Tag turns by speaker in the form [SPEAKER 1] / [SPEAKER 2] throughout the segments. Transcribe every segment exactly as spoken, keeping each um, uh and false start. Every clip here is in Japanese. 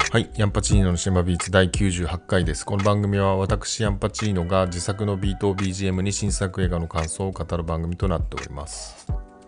[SPEAKER 1] はい、ヤンパチーノのシネマビーツだいきゅうじゅうはちかいです。この番組は私ヤンパチーノが自作のビートを ビージーエム に新作映画の感想を語る番組となっております。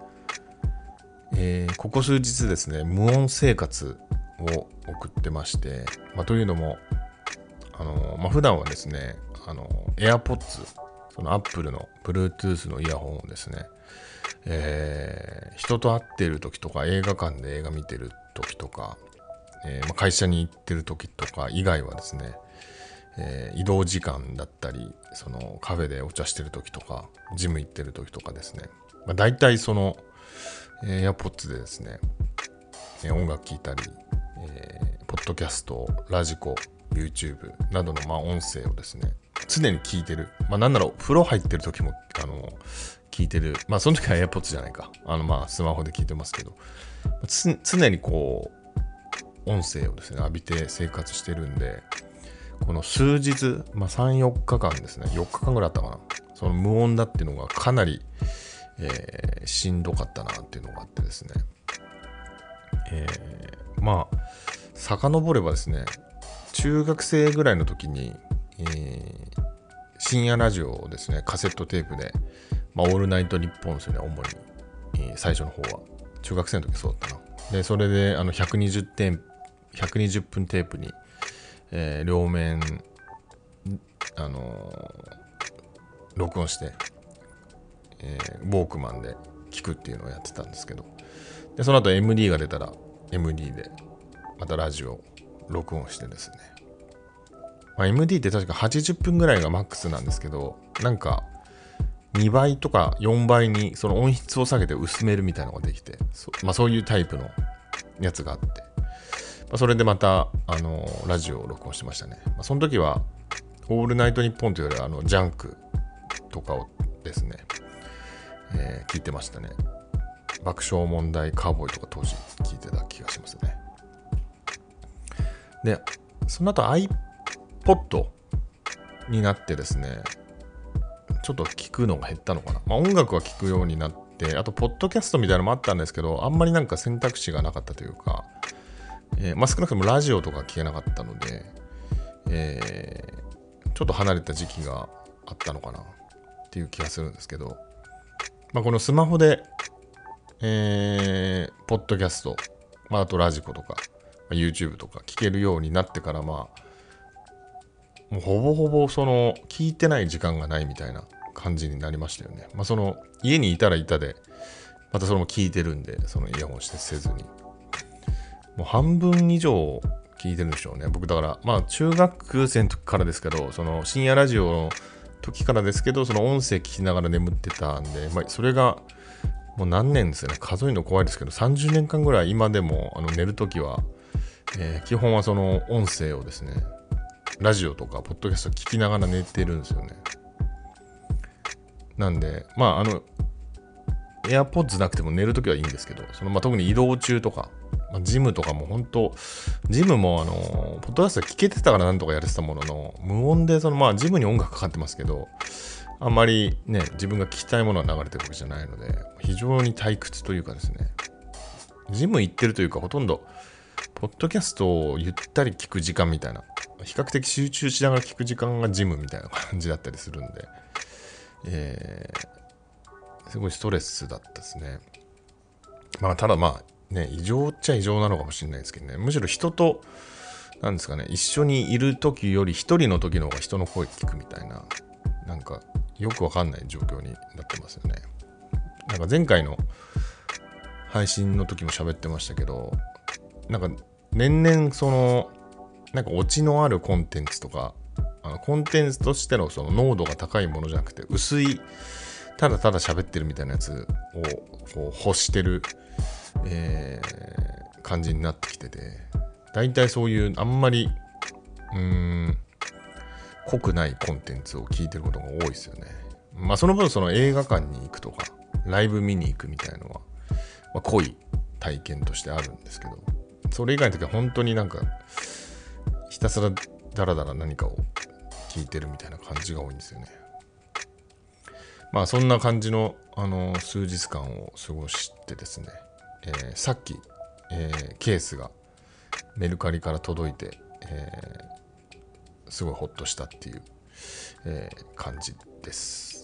[SPEAKER 1] えー、ここ数日ですね、無音生活を送ってまして、まあ、というのも、あのまあ、普段はですね、あの AirPods、その Apple の Bluetooth のイヤホンをですね、えー、人と会っている時とか映画館で映画見てる時とか、えーまあ、会社に行ってる時とか以外はですね、えー、移動時間だったり、そのカフェでお茶してる時とか、ジム行ってる時とかですね、まあ、大体その、えー、AirPods でですね、えー、音楽聴いたり、えー、ポッドキャスト、ラジコ、YouTube などのまあ音声をですね、常に聞いてる。まあなんなら風呂入ってる時もあの聞いてる。まあその時は AirPods じゃないか。あのまあスマホで聞いてますけど、つ常にこう音声をですね浴びて生活してるんで、この数日、まあ、さん、よっかかんですね、よっかかんぐらいあったかな、その無音だっていうのがかなり、えー、しんどかったなっていうのがあってですね、えー、まあ遡ればですね、中学生ぐらいの時に、えー、深夜ラジオをですねカセットテープで、まあ、オールナイトニッポンですよね、主に、えー、最初の方は中学生の時そうだったな。でそれであのひゃくにじゅってんひゃくにじゅっぷんテープに、えー、両面、あのー、録音して、えー、ウォークマンで聞くっていうのをやってたんですけど、でその後 エムディー が出たら エムディー でまたラジオを録音してですね、まあ、エムディー って確かはちじゅっぷんぐらいがマックスなんですけど、なんかにばいとかよんばいにその音質を下げて薄めるみたいなのができて、 そ,、まあ、そういうタイプのやつがあって、まあ、それでまたあのラジオを録音してましたね。まあ、その時はオールナイトニッポンというよりはあのジャンクとかをですね、えー、聞いてましたね。爆笑問題カーボーイとか当時聞いてた気がしますね。でその後 iPod になってですね、ちょっと聞くのが減ったのかな、まあ、音楽は聞くようになって、あとポッドキャストみたいなのもあったんですけど、あんまりなんか選択肢がなかったというか、えーまあ、少なくともラジオとか聞けなかったので、えー、ちょっと離れた時期があったのかなっていう気がするんですけど、まあ、このスマホで、えー、ポッドキャスト、まあ、あとラジコとか、まあ、YouTube とか聞けるようになってから、まあもうほぼほぼその聞いてない時間がないみたいな感じになりましたよね。まあその家にいたらいたで、またそれも聞いてるんで、そのイヤホンしてせずに、もう半分以上聞いてるんでしょうね。僕だからまあ中学生の時からですけど、その深夜ラジオの時からですけど、その音声聞きながら眠ってたんで、まあそれがもう何年ですよね。数えるの怖いですけど、さんじゅうねんかんぐらい今でもあの寝るときは、えー、基本はその音声をですね、ラジオとかポッドキャスト聞きながら寝てるんですよね。なんでまああの AirPods なくても寝るときはいいんですけど、そのまあ特に移動中とか、まあ、ジムとかも本当ジムもあのポッドキャスト聞けてたからなんとかやれてたものの、無音でそのまあジムに音楽かかってますけど、あんまりね自分が聞きたいものが流れてるわけじゃないので、非常に退屈というかですね、ジム行ってるというかほとんどポッドキャストをゆったり聞く時間みたいな、比較的集中しながら聞く時間がジムみたいな感じだったりするんで、えー、すごいストレスだったですね。まあただまあね、異常っちゃ異常なのかもしれないですけどね、むしろ人となんですかね、一緒にいる時より一人の時の方が人の声聞くみたいな、なんかよくわかんない状況になってますよね。なんか前回の配信の時も喋ってましたけど、なんか年々そのなんかオチのあるコンテンツとか、あのコンテンツとしてのその濃度が高いものじゃなくて、薄いただただ喋ってるみたいなやつをこう欲してる、えー、感じになってきてて、だいたいそういうあんまりうーん濃くないコンテンツを聞いてることが多いですよね。まあその分その映画館に行くとかライブ見に行くみたいなのは、まあ、濃い体験としてあるんですけど、それ以外の時は本当になんかひたすらだらだら何かを聞いてるみたいな感じが多いんですよね。まあそんな感じの、あの数日間を過ごしてですね、えー、さっき、えー、ケースが、 メルカリから届いて、えー、すごいホッとしたっていう、えー、感じです。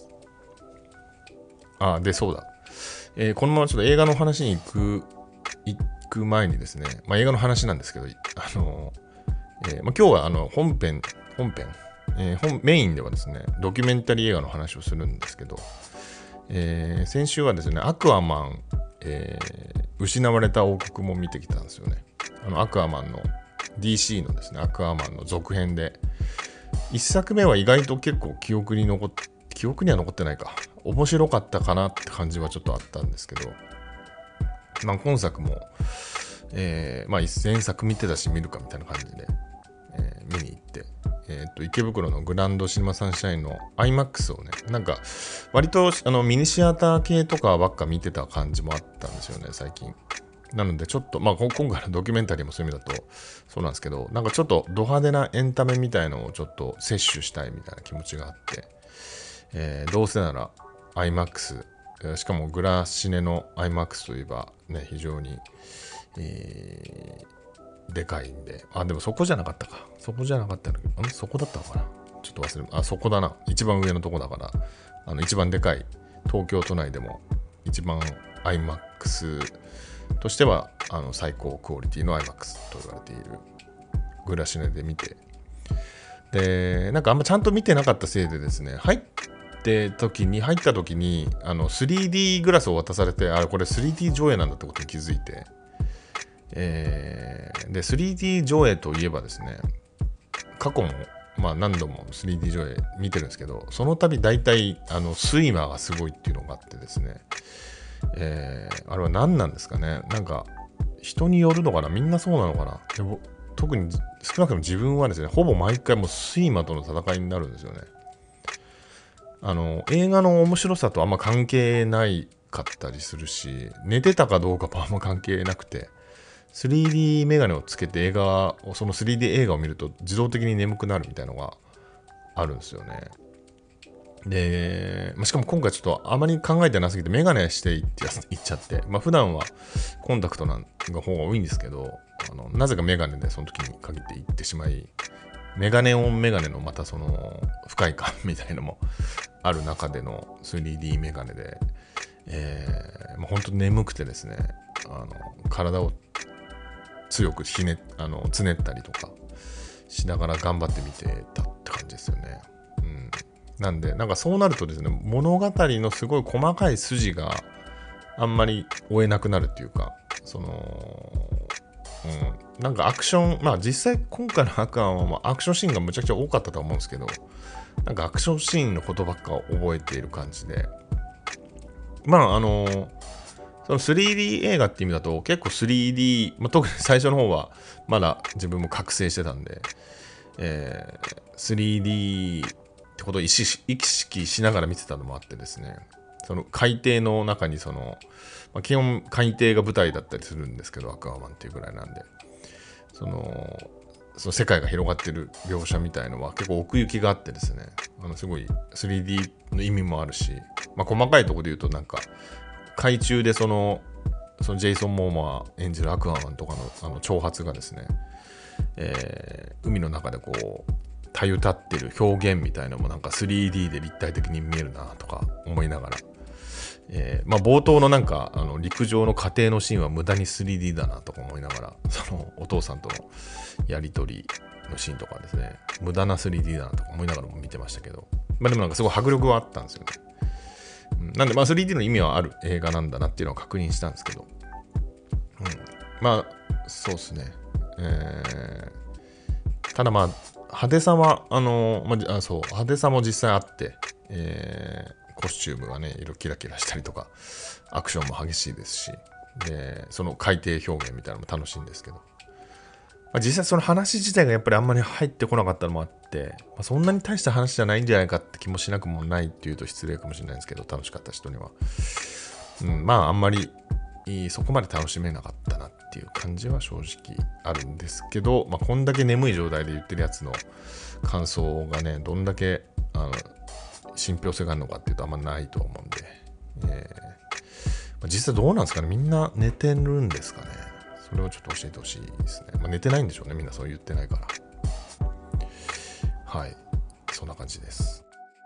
[SPEAKER 1] あ、で、そうだ。えー、このままちょっと映画の話に行く、行く前にですね、まあ映画の話なんですけど、あの、えーまあ、今日はあの本編、本編、えー、本メインではですね、ドキュメンタリー映画の話をするんですけど、えー、先週はですね、アクアマン、えー、失われた王国も見てきたんですよね。あのアクアマンの ディーシー のですね、アクアマンの続編で、一作目は意外と結構記憶に残って、記憶には残ってないか。面白かったかなって感じはちょっとあったんですけど、まあ、今作も、えー、まあ前作見てたし見るかみたいな感じで、えー、見に行って、えー、と池袋のグランドシネマサンシャインの アイマックス をね、なんか割とあのミニシアター系とかばっか見てた感じもあったんですよね、最近。なのでちょっと、まあ今回のドキュメンタリーもそういう意味だとそうなんですけど、なんかちょっとド派手なエンタメみたいのをちょっと摂取したいみたいな気持ちがあって、えー、どうせなら アイマックス、しかもグラシネの アイマックス といえばね、非常に、えー、でかいんで、あ、でもそこじゃなかったか。そこじゃなかったんだけど、あそこだったのかな。ちょっと忘れ、あ、そこだな。一番上のとこだから、あの一番でかい、東京都内でも一番 アイマックス としてはあの最高クオリティの アイマックス と言われているグラシネで見て、で、なんかあんまちゃんと見てなかったせいでですね、入って時に、入った時に、あの スリーディー グラスを渡されて、あれこれ スリーディー 上映なんだってことに気づいて、えー、で スリーディー 上映といえばですね、過去もまあ何度も スリーディー 上映見てるんですけど、その度大体あのスイマーがすごいっていうのがあってですね、えー、あれは何なんですかね。なんか人によるのかな、みんなそうなのかな。でも特に少なくとも自分はですね、ほぼ毎回もうスイマとの戦いになるんですよね。あの映画の面白さとあんま関係ないかったりするし、寝てたかどうかもあんま関係なくて、スリーディー メガネをつけて映画を、その スリーディー 映画を見ると自動的に眠くなるみたいなのがあるんですよね。で、しかも今回ちょっとあまり考えてなすぎてメガネしていっちゃって、まあ普段はコンタクトの方が多いんですけど、あのなぜかメガネでその時に限って行ってしまい、メガネオンメガネのまたその不快感みたいなのもある中での スリーディー メガネで、えーまあ、本当に眠くてですね、あの体を強くひねあのつねったりとかしながら頑張って見てたって感じですよね。うん、なんでなんかそうなるとですね、物語のすごい細かい筋があんまり追えなくなるっていうか、その、うん、なんかアクション、まあ実際今回のアクアンはアクションシーンがむちゃくちゃ多かったと思うんですけど、なんかアクションシーンのことばっか覚えている感じで、まああのその スリーディー 映画って意味だと結構 スリーディー、まあ、特に最初の方はまだ自分も覚醒してたんで、えー、スリーディー ってことを意識意識しながら見てたのもあってですね、その海底の中にその、まあ、基本海底が舞台だったりするんですけど、アクアマンっていうぐらいなんで、そのその世界が広がってる描写みたいのは結構奥行きがあってですね、あのすごい スリーディー の意味もあるし、まあ、細かいところで言うとなんか海中でそのそのジェイソン・モーマー演じるアクアマンとかのあの挑発がですね、えー、海の中でこうたゆたってる表現みたいなのもなんか スリーディー で立体的に見えるなとか思いながら、えーまあ、冒頭のなんかあの陸上の家庭のシーンは無駄に スリーディー だなとか思いながら、そのお父さんとのやり取りのシーンとかですね、無駄な スリーディー だなとか思いながらも見てましたけど、まあでもなんかすごい迫力はあったんですよね。なんでまあ スリーディー の意味はある映画なんだなっていうのを確認したんですけど、うん、まあそうですね、えー、ただまあ派手さはあの、まあ、そう派手さも実際あって、えー、コスチュームがね色キラキラしたりとかアクションも激しいですし、でその海底表現みたいなのも楽しいんですけど、まあ、実際その話自体がやっぱりあんまり入ってこなかったのもあって、まあ、そんなに大した話じゃないんじゃないかって気もしなくもないっていうと失礼かもしれないんですけど、楽しかった人には、うん、まああんまりそこまで楽しめなかったなっていう感じは正直あるんですけど、まあ、こんだけ眠い状態で言ってるやつの感想がねどんだけあの信憑性があるのかっていうとあんまないと思うんで、えーまあ、実際どうなんですかね、みんな寝てるんですかね。 それをちょっと教えてほしいですね。まあ、寝てないんでしょうね、みんなそう言ってないから。はい、そんな感じです。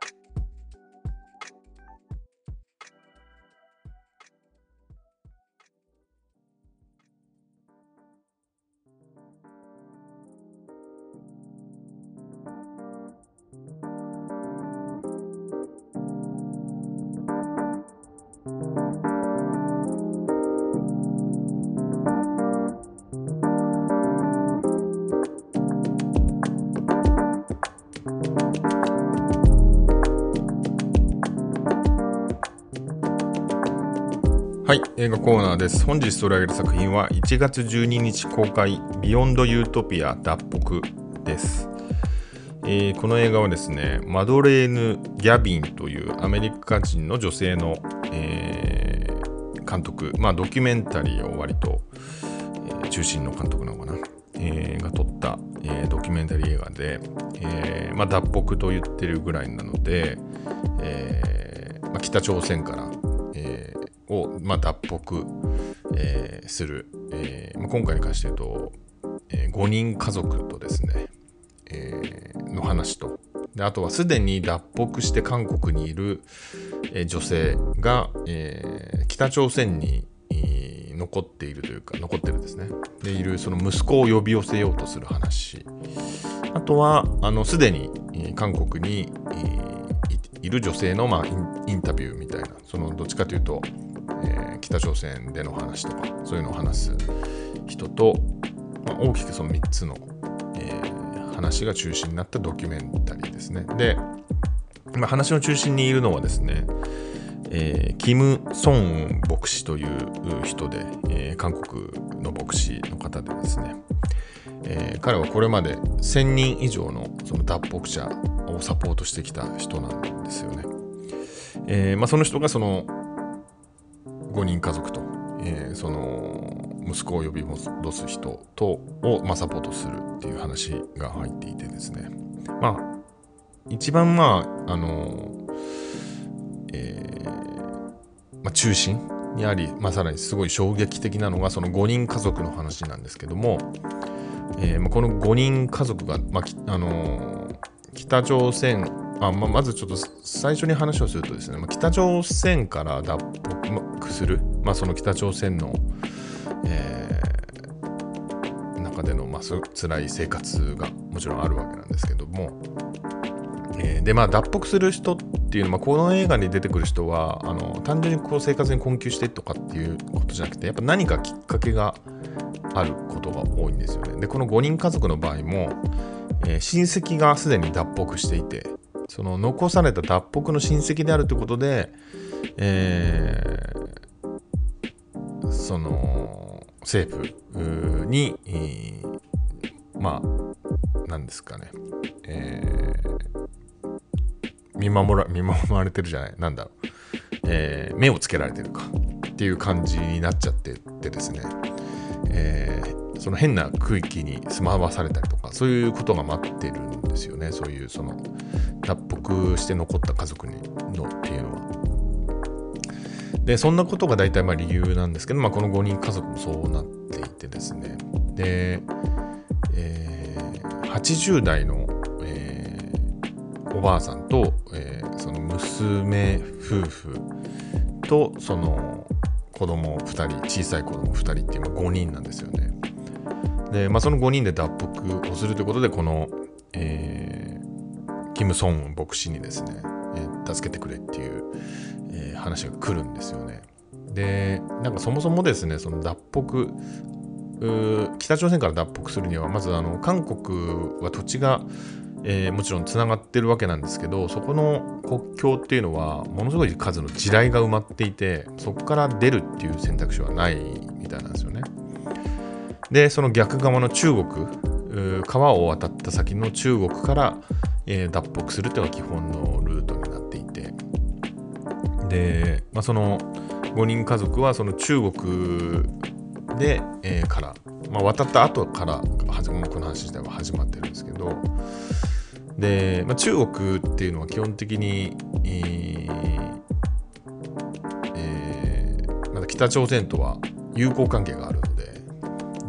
[SPEAKER 1] はい、映画コーナーです。本日取り上げる作品はいちがつじゅうににち公開、ビヨンドユートピア脱北です。えー、この映画はですね、マドレーヌ・ギャビンというアメリカ人の女性の、えー、監督、まあドキュメンタリーを割と、えー、中心の監督なのかな、えー、が撮った、えー、ドキュメンタリー映画で、えーまあ、脱北と言ってるぐらいなので、えーまあ、北朝鮮から、えーを、まあ、脱北、えー、する、えーまあ、今回に関して言うと、えー、ごにん家族とですね、えー、の話と、であとはすでに脱北して韓国にいる、えー、女性が、えー、北朝鮮に、えー、残っているというか残ってるですねでいるその息子を呼び寄せようとする話、あとはあのすでに、えー、韓国に、えー、い, いる女性の、まあ、イ, ンインタビューみたいな、そのどっちかというとえー、北朝鮮での話とかそういうのを話す人と、まあ、大きくそのみっつの、えー、話が中心になったドキュメンタリーですね。で、まあ、話の中心にいるのはですね、えー、キム・ソンウン牧師という人で、えー、韓国の牧師の方でですね、えー、彼はこれまでせんにん以上のその脱北者をサポートしてきた人なんですよね。えーまあ、その人がそのごにん家族と、えー、その息子を呼び戻す人とを、まあ、サポートするっていう話が入っていてですね、まあ一番まああの、えーまあ、中心にあり、まあ、さらにすごい衝撃的なのがそのごにん家族の話なんですけども、えーまあ、このごにん家族が、まああのー、北朝鮮あまあ、まずちょっと最初に話をするとですね、まあ、北朝鮮から脱北する、まあ、その北朝鮮の、えー、中での、まあ、辛い生活がもちろんあるわけなんですけども、えー、でまあ脱北する人っていうのは、まあ、この映画に出てくる人はあの単純にこう生活に困窮してとかっていうことじゃなくて、やっぱ何かきっかけがあることが多いんですよね。でこのごにん家族の場合も、えー、親戚がすでに脱北していて、その残された脱北の親戚であるということで、えー、その政府に、えー、まあなんですかね、えー、見守ら見守られてるじゃないなんだろう、えー、目をつけられてるかっていう感じになっちゃっててですね、えー、その変な区域に住まわされたりとかそういうことが待ってるんですよね。そういうその脱北して残った家族にのっていうのは。でそんなことが大体まあ理由なんですけど、まあ、このごにん家族もそうなっていてですね、で、えー、はちじゅう代の、えー、おばあさんと、えー、その娘夫婦とその子供ふたり、小さい子供ふたりっていうごにんなんですよね。で、まあ、そのごにんで脱北をするということで、この、えーキム・ソンウン牧師にですね、えー、助けてくれっていう、えー、話が来るんですよね。で、なんかそもそもですね、その脱北、北朝鮮から脱北するには、まずあの韓国は土地が、えー、もちろんつながってるわけなんですけど、そこの国境っていうのはものすごい数の地雷が埋まっていて、そこから出るっていう選択肢はないみたいなんですよね。で、その逆側の中国、川を渡った先の中国からえー、脱北するというのが基本のルートになっていて、で、まあ、そのごにん家族はその中国で、えー、から、まあ、渡った後からこの話自体は始まってるんですけど、で、まあ、中国っていうのは基本的に、えーえー、まだ北朝鮮とは友好関係があるので、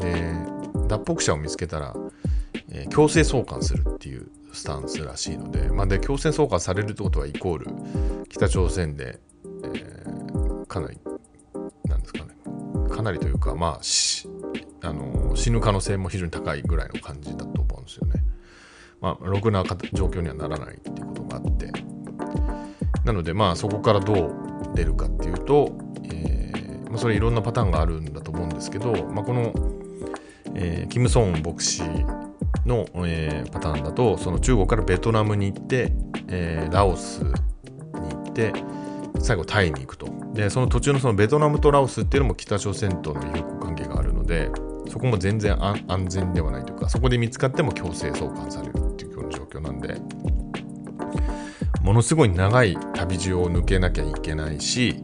[SPEAKER 1] で脱北者を見つけたら、えー、強制送還するっていうスタンスらしいので、まあ、で強制送還されるってことはイコール北朝鮮で、えー、かなりなんですかねかなりというか、まあ、しあの死ぬ可能性も非常に高いぐらいの感じだと思うんですよね。まあ、ろくな状況にはならないっていうことがあって、なのでまあそこからどう出るかっていうと、えーまあ、それいろんなパターンがあるんだと思うんですけど、まあ、この、えー、キム・ソン牧師の、えー、パターンだと、その中国からベトナムに行って、えー、ラオスに行って最後タイに行くと。でその途中のそのベトナムとラオスっていうのも北朝鮮との友好関係があるので、そこも全然安全ではないというか、そこで見つかっても強制送還されるっていうような状況なんで、ものすごい長い旅路を抜けなきゃいけないし、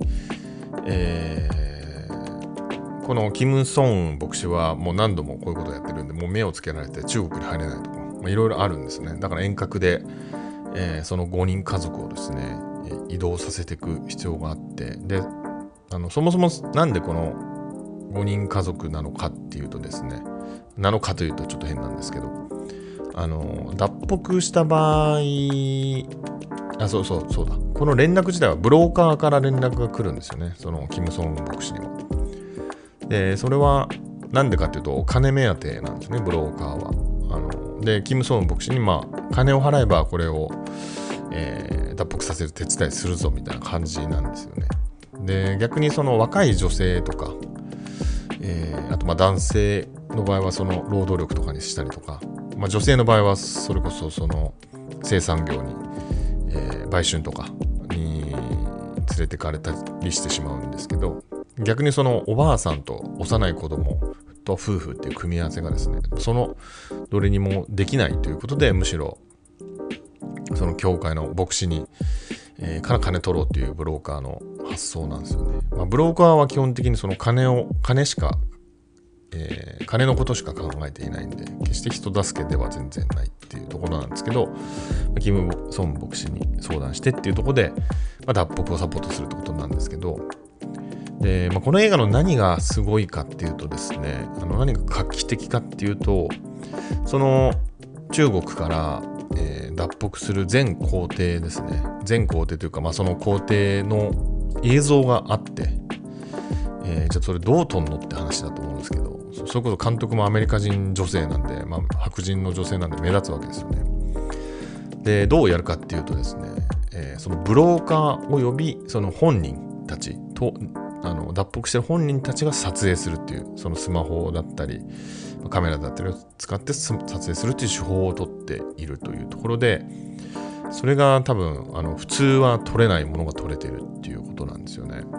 [SPEAKER 1] えー、このキム・ソン牧師はもう何度もこういうことをやってるんで、もう目をつけられて中国に入れないとか、いろいろあるんですね。だから遠隔で、えー、そのごにん家族をですね移動させていく必要があって、であのそもそもなんでこのごにん家族なのかっていうとですね、なのかというとちょっと変なんですけど、あの脱北した場合、あそうそうそうだこの連絡自体はブローカーから連絡が来るんですよね、そのキム・ソン牧師にも。でそれはなんでかっていうと、お金目当てなんですね、ブローカーは。あのでキム・ソン牧師にまあ金を払えばこれを、えー、脱北させる手伝いするぞみたいな感じなんですよね。で逆にその若い女性とか、えー、あとまあ男性の場合はその労働力とかにしたりとか、まあ、女性の場合はそれこそその生産業に、えー、売春とかに連れてかれたりしてしまうんですけど、逆にそのおばあさんと幼い子供と夫婦っていう組み合わせがですね、そのどれにもできないということで、むしろその教会の牧師に、えー、から金取ろうっていうブローカーの発想なんですよね。まあ、ブローカーは基本的にその金を金しか、えー、金のことしか考えていないんで、決して人助けでは全然ないっていうところなんですけど、キム・ソン牧師に相談してっていうところで、まあ、脱北をサポートするってことなんですけど、で、まあ、この映画の何がすごいかっていうとですね、あの何が画期的かっていうと、その中国から、えー、脱北する全工程ですね、全工程というか、まあ、その工程の映像があって、えー、じゃあそれどう撮んのって話だと思うんですけど、それこそ監督もアメリカ人女性なんで、まあ、白人の女性なんで目立つわけですよね。でどうやるかっていうとですね、えー、そのブローカーを呼び、その本人たちとあの脱北してる本人たちが撮影するっていう、そのスマホだったりカメラだったりを使って撮影するっていう手法をとっているというところで、それが多分あの普通は撮れないものが撮れてるっていうことなんですよね。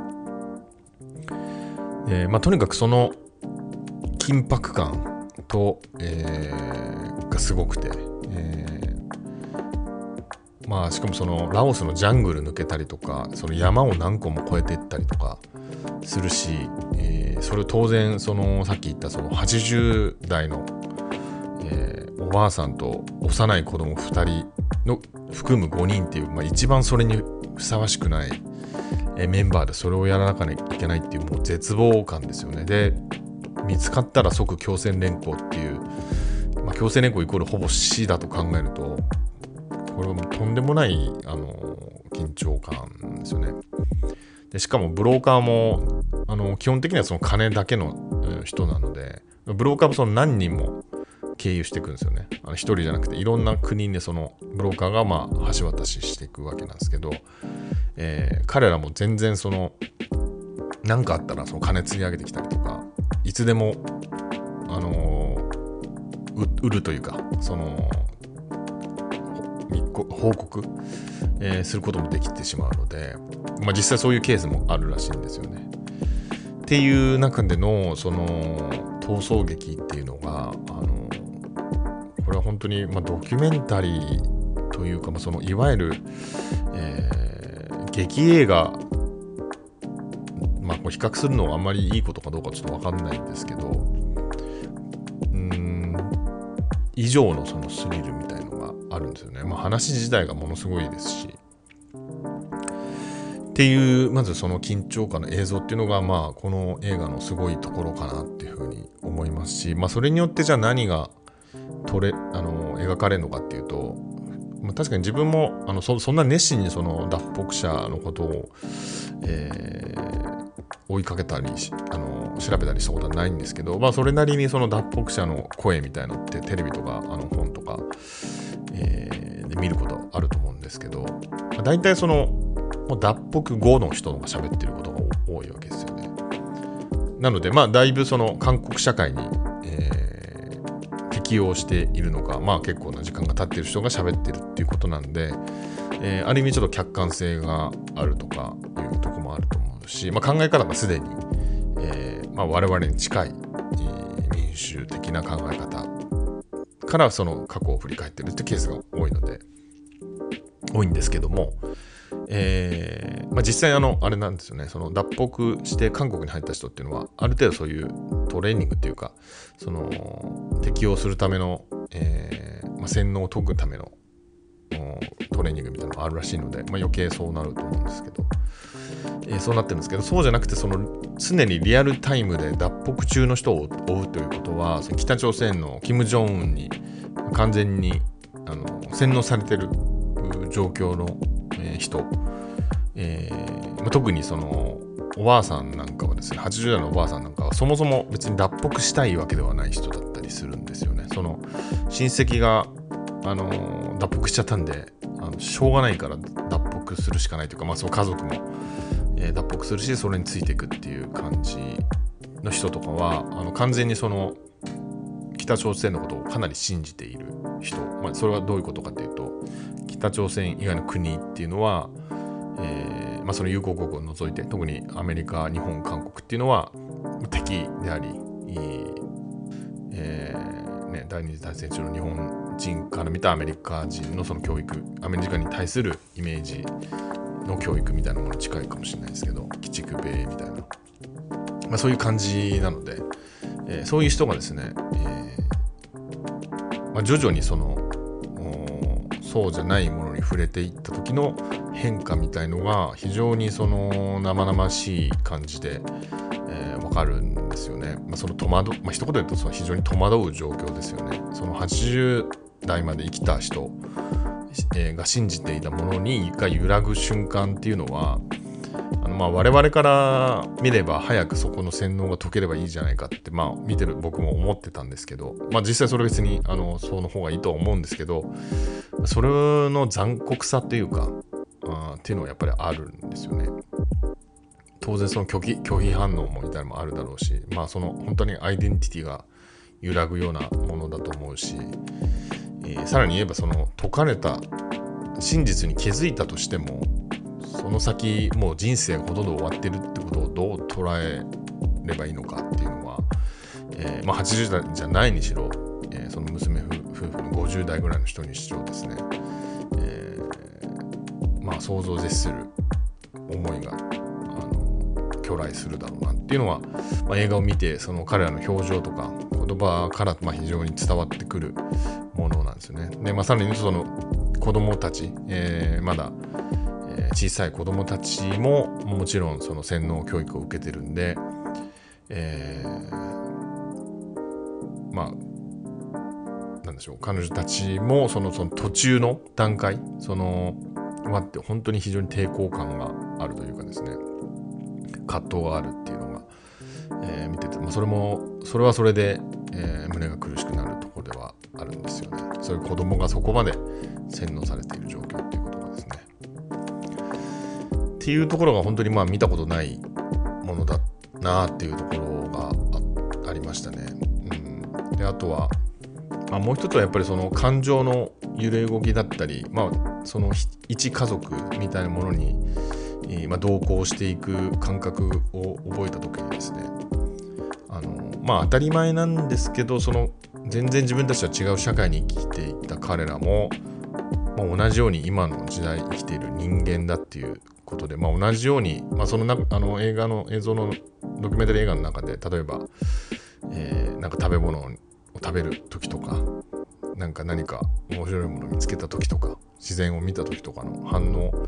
[SPEAKER 1] えーまあ、とにかくその緊迫感と、えー、がすごくて、えーまあ、しかもそのラオスのジャングル抜けたりとか、その山を何個も越えていったりとかするし、えー、それを当然そのさっき言ったそのはちじゅう代の、えー、おばあさんと幼い子供ふたりの含むごにんっていう、まあ、一番それにふさわしくないメンバーでそれをやらなきゃいけないっていう、もう絶望感ですよね。で見つかったら即強制連行っていう、まあ、強制連行イコールほぼ死だと考えると、これはもうとんでもないあの緊張感ですよね。でしかもブローカーもあの基本的にはその金だけの人なので、ブローカーもその何人も経由していくんですよね。あの一人じゃなくていろんな国でそのブローカーがまあ橋渡ししていくわけなんですけど、えー、彼らも全然その何かあったらその金釣り上げてきたりとか、いつでもあのー、売るというかその報告、えー、することもできてしまうので、まあ、実際そういうケースもあるらしいんですよね。っていう中でのその逃走劇っていうのが、あのこれは本当にまあドキュメンタリーというか、まあ、そのいわゆる、えー、劇映画、まあ、比較するのはあんまりいいことかどうかちょっと分かんないんですけど、うーん以上のそのスリルみたいのがあるんですよね。まあ、話自体がものすごいですし、っっていうまずその緊張感の映像っていうのがまあこの映画のすごいところかなっていうふうに思いますし、まあそれによってじゃあ何が撮れあの描かれるのかっていうと、まあ、確かに自分もあの そ, そんな熱心にその脱北者のことを、えー、追いかけたりあの調べたりしたことはないんですけど、まあそれなりにその脱北者の声みたいなのってテレビとかあの本とか、えー、で見ることあると思うんですけど、まあ、大体その脱北後の人が喋ってることが多いわけですよね。なのでまあだいぶその韓国社会に、えー、適応しているのか、まあ結構な時間が経っている人が喋ってるっていうことなんで、えー、ある意味ちょっと客観性があるとかいうところもあると思うし、まあ、考え方がすでに、えーまあ、我々に近い、えー、民主的な考え方からその過去を振り返ってるってケースが多いので多いんですけども、えーまあ、実際あのあれなんですよね、その脱北して韓国に入った人っていうのはある程度そういうトレーニングっていうかその適応するための、えーまあ、洗脳を解くためのトレーニングみたいなのがあるらしいので、まあ、余計そうなると思うんですけど、えー、そうなってるんですけど、そうじゃなくてその常にリアルタイムで脱北中の人を追うということは、その北朝鮮のキム・ジョンウンに完全にあの洗脳されてる状況の、えー、人、えーまあ、特にそのおばあさんなんかはですね、はちじゅう代のおばあさんなんかはそもそも別に脱北したいわけではない人だったりするんですよね。その親戚があの脱北しちゃったんで、あのしょうがないから脱北するしかないというか、まあ、その家族も、えー、脱北するしそれについていくっていう感じの人とかはあの完全にその北朝鮮のことをかなり信じている人、まあ、それはどういうことかというと、北朝鮮以外の国っていうのは、えーまあ、その友好国を除いて特にアメリカ、日本、韓国っていうのは敵であり、えーね、第二次大戦中の日本人から見たアメリカ人のその教育、アメリカに対するイメージの教育みたいなものに近いかもしれないですけど、鬼畜米みたいな、まあ、そういう感じなので、えー、そういう人がですね、えーまあ、徐々にそのそうじゃないものに触れていった時の変化みたいのが非常にその生々しい感じで、えー、分かるんですよね。まあ、その戸惑、まあ、一言で言うとその非常に戸惑う状況ですよね。そのはちじゅう代まで生きた人、えー、が信じていたものにが揺らぐ瞬間っていうのは、あのまあ我々から見れば早くそこの洗脳が解ければいいじゃないかって、まあ、見てる僕も思ってたんですけど、まあ、実際それ別にあのその方がいいとは思うんですけど、それの残酷さというかあっていうのはやっぱりあるんですよね。当然その拒否、拒否反応もみたいなのもあるだろうし、まあその本当にアイデンティティが揺らぐようなものだと思うし、えー、さらに言えばその解かれた真実に気づいたとしても、その先もう人生がほとんど終わってるってことをどう捉えればいいのかっていうのは、えーまあ、はちじゅう代じゃないにしろ、えー、その娘夫婦のごじゅう代ぐらいの人にしろですね、えー、まあ想像を絶する思いがあの巨来するだろうなっていうのは、まあ、映画を見てその彼らの表情とか言葉からまあ非常に伝わってくるものなんですよね。で、まあ、さらにその子供たち、えー、まだ小さい子供たちももちろんその洗脳教育を受けてるんで、えー、まあなんでしょう、彼女たちもそのその途中の段階、その待って本当に非常に抵抗感があるというかですね、葛藤があるっていうのが、えー、見てて、まあ、それもそれはそれで、えー、胸が苦しくなるところではあるんですよね。そういう子供がそこまで洗脳されている状況っていうことがですね。っていうところが本当にまあ見たことないものだなっていうところが あ, ありましたね。うん、であとは、まあ、もう一つはやっぱりその感情の揺れ動きだったり、まあ、その一家族みたいなものに、まあ、同行していく感覚を覚えた時にですね、あのまあ当たり前なんですけど、その全然自分たちとは違う社会に生きていた彼らも、まあ、同じように今の時代生きている人間だっていうことで、まあ、同じように、まあ、そのなあの映画の映像のドキュメンタリー映画の中で例えば、えー、なんか食べ物を食べる時とか、なんか何か面白いものを見つけた時とか、自然を見た時とかの反応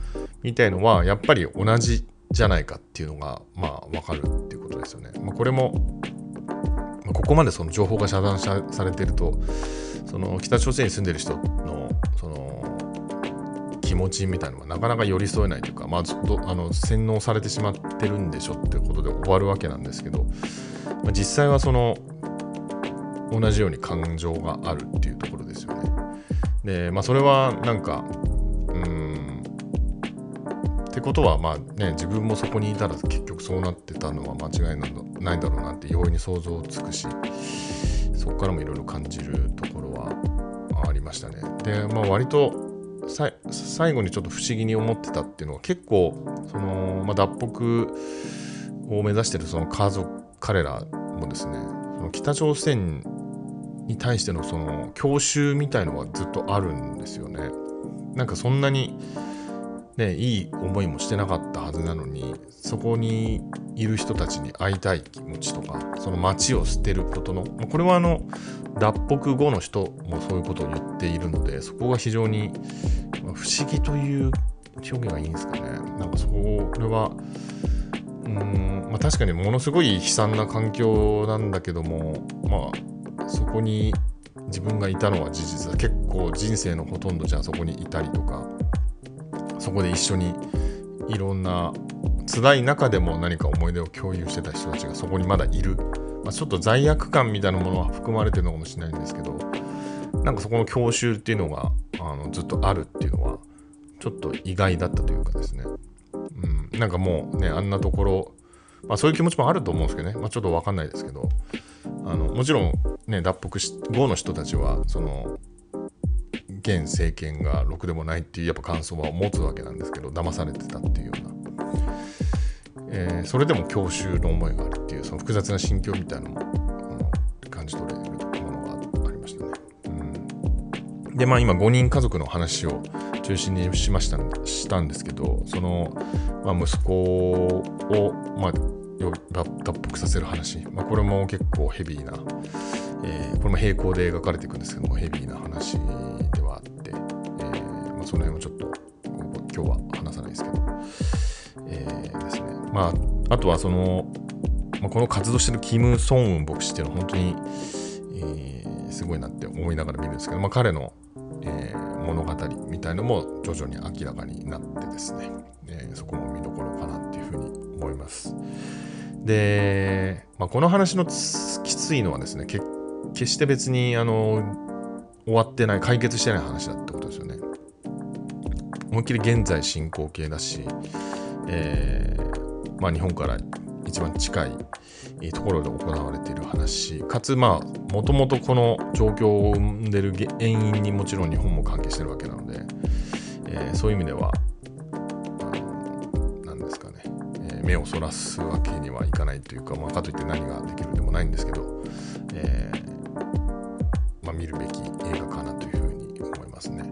[SPEAKER 1] みたいのはやっぱり同じじゃないかっていうのがまあ分かるっていうことですよね。まあ、これもここまでその情報が遮断されていると、その北朝鮮に住んでる人のその気持ちみたいなのはなかなか寄り添えないというか、まあ、あの洗脳されてしまってるんでしょっていうことで終わるわけなんですけど、まあ、実際はその同じように感情があるっていうところですよね。で、まあ、それはなんかうーんってことはまあね、自分もそこにいたら結局そうなってたのは間違いないだろうなって容易に想像つくし、そこからもいろいろ感じるところはありましたね。で、まあ、割とさ最後にちょっと不思議に思ってたっていうのは、結構その、まあ、脱北を目指しているその家族彼らもですね、その北朝鮮に対してのその郷愁みたいのはずっとあるんですよね。なんかそんなにね、いい思いもしてなかったはずなのに、そこにいる人たちに会いたい気持ちとか、その街を捨てることの、これはあの脱北後の人もそういうことを言っているので、そこが非常に不思議という表現がいいんですかね。なんかそれはうーん、まあ、確かにものすごい悲惨な環境なんだけども、まあそこに自分がいたのは事実だ。結構人生のほとんどじゃあそこにいたりとか、そこで一緒にいろんな辛い中でも何か思い出を共有してた人たちがそこにまだいる、まあ、ちょっと罪悪感みたいなものは含まれてるのかもしれないんですけど、なんかそこの郷愁っていうのがあのずっとあるっていうのはちょっと意外だったというかですね、うん、なんかもうね、あんなところ、まあ、そういう気持ちもあると思うんですけどね、まあ、ちょっと分かんないですけど、あのもちろんね、脱北後の人たちはその現政権がろくでもないっていうやっぱ感想は持つわけなんですけど、騙されてたっていうような、えー、それでも郷愁の思いがあるっていうその複雑な心境みたいなのもあの感じ取れるものがありましたね。うん、でまあ今ごにん家族の話を中心にしましたしたんですけど、その、まあ、息子を、まあ、脱北させる話、まあ、これも結構ヘビーな、えー、これも並行で描かれていくんですけどもヘビーな話ではあって、えーまあ、その辺をちょっと今日は話さないですけど、えー、ですね。まああとはその、まあ、この活動してるキム・ソンウン牧師っていうのは本当に、えー、すごいなって思いながら見るんですけど、まあ、彼の、えー、物語みたいのも徐々に明らかになってですね、えー、そこも見どころかなっていうふうに思います。で、まあ、この話のきついのはですね、決して別にあの終わってない、解決してない話だってことですよね。思いっきり現在進行形だし、えーまあ、日本から一番近いところで行われている話かつ、まあもともとこの状況を生んでる原因にもちろん日本も関係してるわけなので、えー、そういう意味では何ですかね、えー、目をそらすわけにはいかないというか、まあ、かといって何ができるでもないんですけど、えーまあ、見るべき映画かなというふうに思いますね。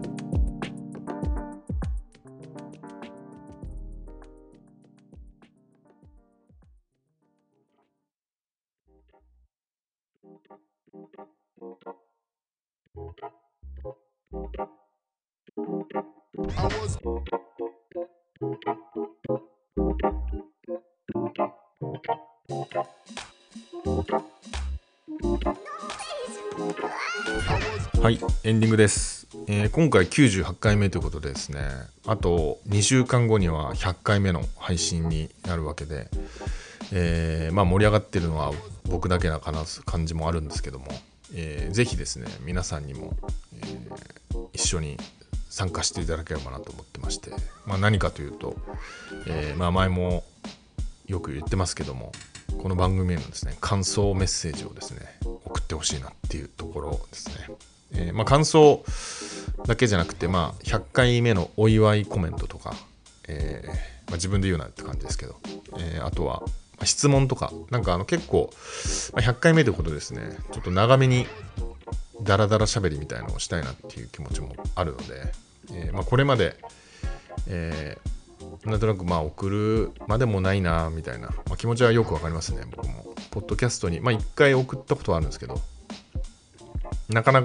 [SPEAKER 1] はい、エンディングです。えー、今回きゅうじゅうはちかいめということでですね、あとにしゅうかんごにはひゃっかいめの配信になるわけで、えーまあ、盛り上がってるのは僕だけな感じもあるんですけども、えー、ぜひですね皆さんにも、えー、一緒に参加していただければなと思ってまして、まあ、何かというと、えーまあ、前もよく言ってますけども、この番組へのですね感想メッセージをですね送ってほしいなっていうところですね。えーまあ、感想だけじゃなくて、まあ、ひゃっかいめのお祝いコメントとか、えーまあ、自分で言うなって感じですけど、えー、あとは質問とか、なんかあの結構、まあ、ひゃっかいめということですね、ちょっと長めにダラダラ喋りみたいなのをしたいなっていう気持ちもあるので、えーまあ、これまで、えー、なんとなくまあ送るまでもないなみたいな、まあ、気持ちはよくわかりますね。僕もポッドキャストにまあいっかい送ったことはあるんですけど、なかなか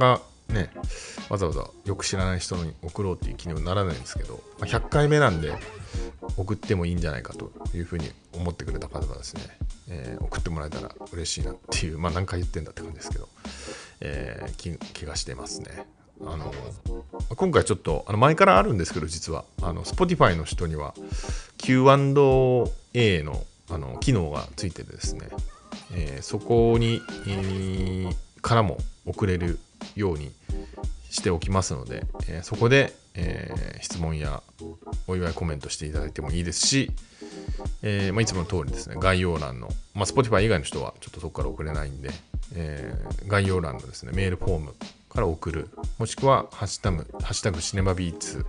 [SPEAKER 1] ね、わざわざよく知らない人に送ろうっていう気にはならないんですけど、まあ、ひゃっかいめなんで送ってもいいんじゃないかというふうに思ってくれた方はですね、えー、送ってもらえたら嬉しいなっていう、まあ何回言ってんだって感じですけど、えー、気, 気がしてますね。あの今回ちょっとあの前からあるんですけど、実はあの Spotify の人には キューアンドエー の, あの機能がついててですね、えー、そこに、えー、からも送れるようにしておきますので、えー、そこで、えー、質問やお祝いコメントしていただいてもいいですし、えーまあ、いつもの通りですね、概要欄の、まあ、Spotify 以外の人はちょっとそこから送れないんで、えー、概要欄のですねメールフォームから送る、もしくはハッシュタグ、ハッシュタグシネマビーツ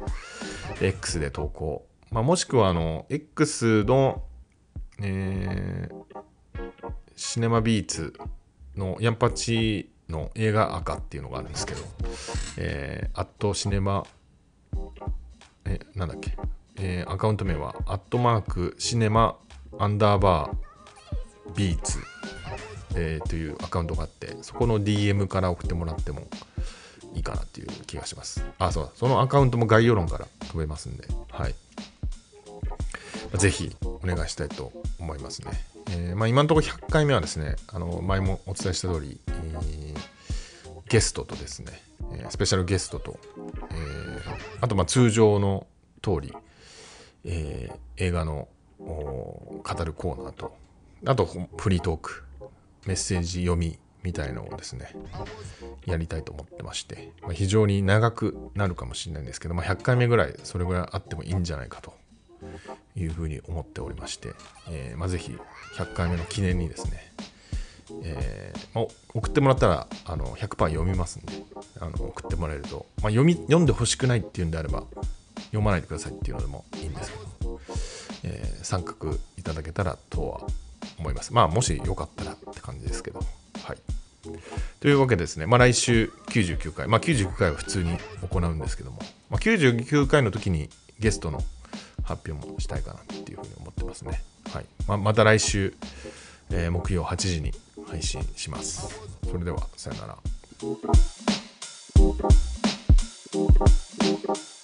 [SPEAKER 1] X で投稿、まあ、もしくはあの X の、えー、シネマビーツのヤンパチの映画赤っていうのがあるんですけど、えー、アットシネマえなんだっけ、えー、アカウント名はアットマークシネマアンダーバービーツ、えー、というアカウントがあって、そこの ディーエム から送ってもらってもいいかなっていう気がします。あ、そうだ、そのアカウントも概要欄から飛べますんで、はい、ぜひお願いしたいと思いますね。えーまあ、今のところひゃっかいめはですね、あの前もお伝えした通り、えー、ゲストとですね、スペシャルゲストと、えー、あとまあ通常の通り、えー、映画の語るコーナーと、あとフリートーク、メッセージ読みみたいのをですねやりたいと思ってまして、まあ、非常に長くなるかもしれないんですけど、まあ、ひゃっかいめぐらいそれぐらいあってもいいんじゃないかというふうに思っておりまして、えーまあ、ぜひひゃっかいめの記念にですね、えーまあ、送ってもらったらあの ひゃくパーセント 読みますんで、あの送ってもらえると、まあ、読み読んでほしくないっていうんであれば読まないでくださいっていうのでもいいんですけど、えー、参画いただけたらとは思います。まあもしよかったらって感じですけど、はい。というわけでですね、まあ来週きゅうじゅうきゅうかい、まあきゅうじゅうきゅうかいは普通に行うんですけども、まあ、きゅうじゅうきゅうかいの時にゲストの発表もしたいかなっていうふうに思ってますね。はい。まあ、また来週、えー、木曜はちじに配信します。それではさよなら。